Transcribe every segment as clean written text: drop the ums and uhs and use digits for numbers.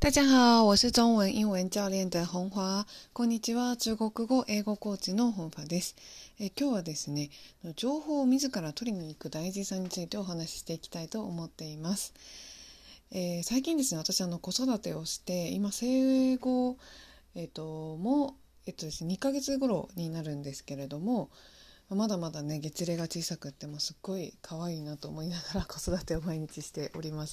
大家好，我是中文英文教練的本華。こんにちは、中国語英語コーチの本華です。今日はですね、情報を自ら取りに行く大事さについてお話ししていきたいと思っています。最近ですね、私子育てをして今生後、もう、ですね、2ヶ月頃になるんですけれども、まだまだね月齢が小さくってもすっごい可愛いなと思いながら子育てを毎日しております。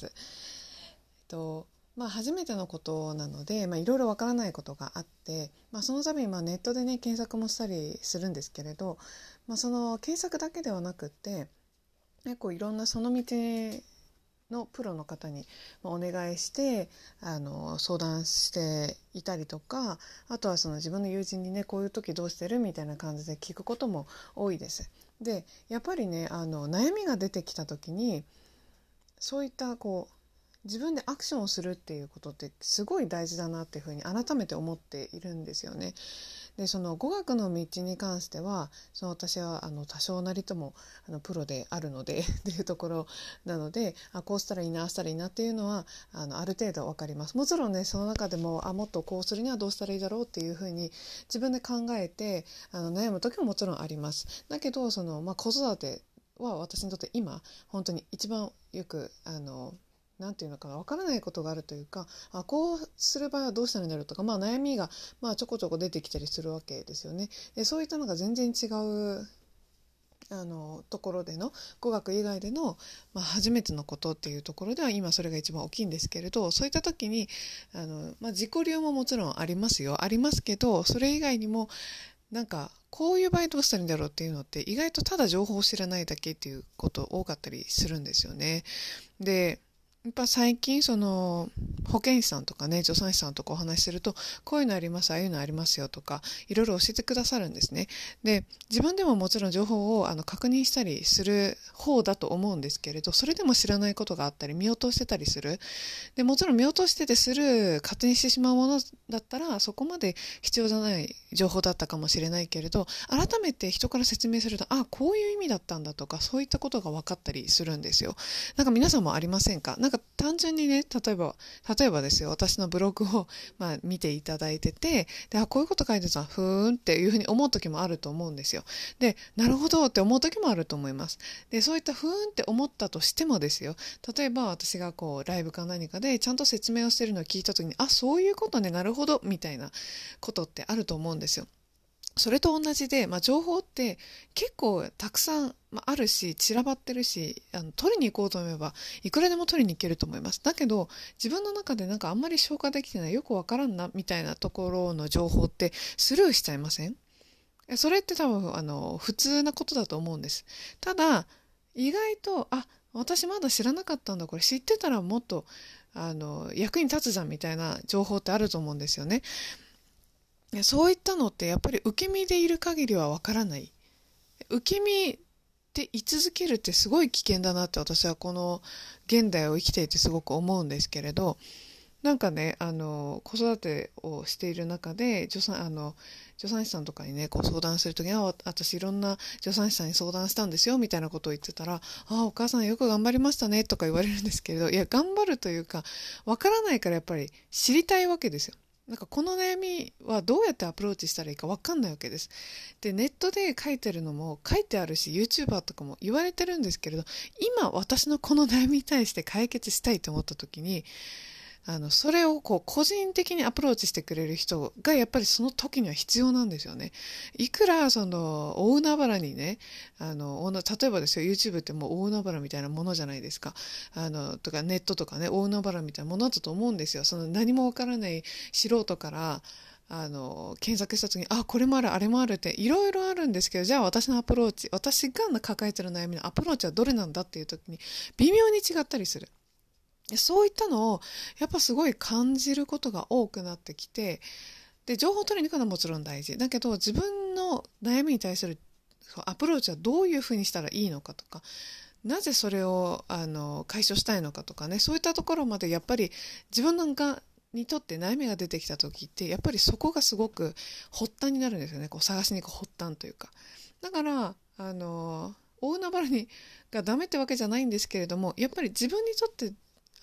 初めてのことなので、いろいろわからないことがあって、その度にネットでね検索もしたりするんですけれど、その検索だけではなくって結構いろんなその道のプロの方にお願いして相談していたりとか、あとはその自分の友人にねこういう時どうしてるみたいな感じで聞くことも多いです。でやっぱりね悩みが出てきた時にそういった自分でアクションをするっていうことってすごい大事だなっていうふうに改めて思っているんですよね。でその語学の道に関しては私は多少なりともプロであるのでっていうところなので、こうしたらいいなああしたらいいなっていうのはある程度分かります。もちろんねその中でももっとこうするにはどうしたらいいだろうっていうふうに自分で考えて悩む時ももちろんあります。だけど子育ては私にとって今本当に一番よくなんていうのかな、わからないことがあるというか、こうする場合はどうしたらいいんだろうとか、悩みがちょこちょこ出てきたりするわけですよね。でそういったのが全然違うところでの語学以外での、初めてのことっていうところでは今それが一番大きいんですけれど、そういった時に自己流ももちろんありますよ、ありますけど、それ以外にもこういう場合どうしたらいいんだろうっていうのって意外とただ情報を知らないだけっていうこと多かったりするんですよね。でやっぱ最近保健師さんとかね助産師さんとかお話しするとこういうのありますああいうのありますよとかいろいろ教えてくださるんですね。で自分でももちろん情報を確認したりする方だと思うんですけれど、それでも知らないことがあったり見落としてたりする。でもちろん見落としてて勝手にしてしまうものだったらそこまで必要じゃない情報だったかもしれないけれど、改めて人から説明するとこういう意味だったんだとかそういったことが分かったりするんですよ。皆さんもありませんか？単純にね例えばですよ、私のブログを見ていただいてて、でこういうこと書いてたふーんっていうふうに思う時もあると思うんですよ。でなるほどって思う時もあると思います。でそういったふーんって思ったとしてもですよ、例えば私がライブか何かでちゃんと説明をしてるのを聞いた時にそういうことね、なるほどみたいなことってあると思うんですよ。それと同じで、情報って結構たくさん、あるし散らばってるし取りに行こうと思えばいくらでも取りに行けると思います。だけど自分の中であんまり消化できてない、よくわからんなみたいなところの情報ってスルーしちゃいません？それって多分普通なことだと思うんです。ただ意外と私まだ知らなかったんだ、これ知ってたらもっと役に立つじゃんみたいな情報ってあると思うんですよね。そういったのってやっぱり受け身でいる限りはわからない。受け身で居続けるってすごい危険だなって私はこの現代を生きていてすごく思うんですけれど、子育てをしている中で助産師さんとかにね相談するときに私いろんな助産師さんに相談したんですよみたいなことを言ってたらお母さんよく頑張りましたねとか言われるんですけれど、いや頑張るというかわからないからやっぱり知りたいわけですよ。この悩みはどうやってアプローチしたらいいか分かんないわけです。でネットで書いてるのも書いてあるし YouTuber とかも言われてるんですけれど、今私のこの悩みに対して解決したいと思った時にそれを個人的にアプローチしてくれる人がやっぱりその時には必要なんですよね。いくら大海原にね例えばですよ YouTube ってもう大海原みたいなものじゃないですか。とかネットとかね大海原みたいなものだと思うんですよ。何もわからない素人から検索した時にこれもあるあれもあるっていろいろあるんですけど、じゃあ私のアプローチ、私が抱えてる悩みのアプローチはどれなんだっていう時に微妙に違ったりする。そういったのをやっぱすごい感じることが多くなってきて、で情報を取りに行くのはもちろん大事だけど、自分の悩みに対するアプローチはどういうふうにしたらいいのかとか、なぜそれを解消したいのかとかね、そういったところまでやっぱり自分にとって悩みが出てきた時ってやっぱりそこがすごく発端になるんですよね。探しに行く発端というか。だから大海原がダメってわけじゃないんですけれども、やっぱり自分にとって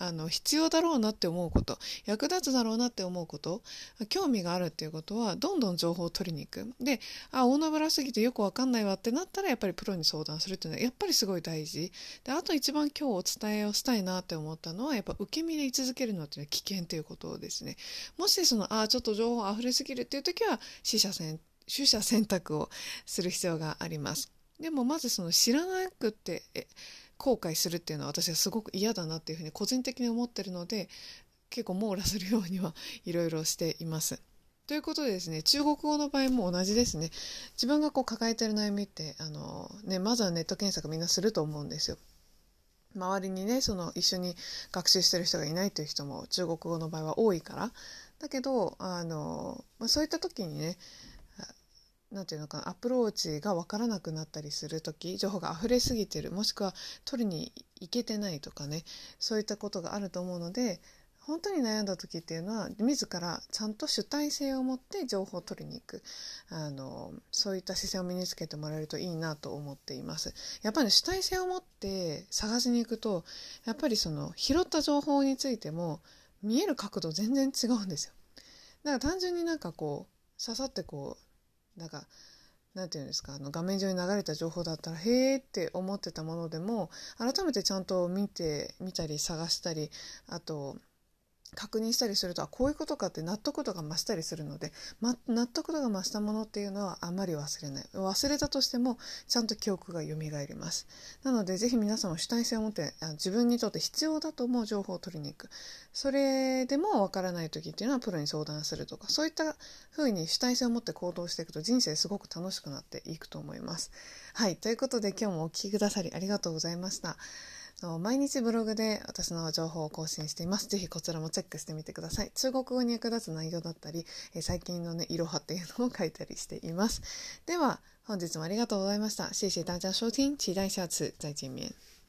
必要だろうなって思うこと、役立つだろうなって思うこと、興味があるっていうことはどんどん情報を取りに行く。で、大海原すぎてよくわかんないわってなったらやっぱりプロに相談するっていうのはやっぱりすごい大事で、あと一番今日お伝えをしたいなって思ったのは、やっぱ受け身で居続けるのっていうのは危険ということですね。もしちょっと情報あふれすぎるっていう時は取捨選択をする必要があります。でもまず知らなくって後悔するっていうのは私はすごく嫌だなっていうふうに個人的に思ってるので、結構網羅するようにはいろいろしています。ということでですね、中国語の場合も同じですね。自分が抱えている悩みってまずはネット検索みんなすると思うんですよ。周りにね一緒に学習してる人がいないという人も中国語の場合は多いから。だけどそういった時にね、なんていうのかな、アプローチが分からなくなったりする時、情報が溢れすぎてる、もしくは取りに行けてないとかね、そういったことがあると思うので、本当に悩んだ時っていうのは自らちゃんと主体性を持って情報を取りに行く、そういった姿勢を身につけてもらえるといいなと思っています。やっぱり、主体性を持って探しに行くと、やっぱり拾った情報についても見える角度全然違うんですよ。だから単純に刺さってなんていうんですか、画面上に流れた情報だったらへーって思ってたものでも、改めてちゃんと見たり探したり、あと確認したりすると、こういうことかって納得度が増したりするので、納得度が増したものっていうのはあまり忘れない。忘れたとしてもちゃんと記憶が蘇ります。なのでぜひ皆さんも主体性を持って自分にとって必要だと思う情報を取りに行く。それでもわからない時っていうのはプロに相談するとか、そういった風に主体性を持って行動していくと人生すごく楽しくなっていくと思います。はい、ということで今日もお聞きくださりありがとうございました。毎日ブログで私の情報を更新しています。ぜひこちらもチェックしてみてください。中国語に役立つ内容だったり、最近のいろはっていうのを書いたりしています。では、本日もありがとうございました。謝謝大家收聽，期待下次再見面。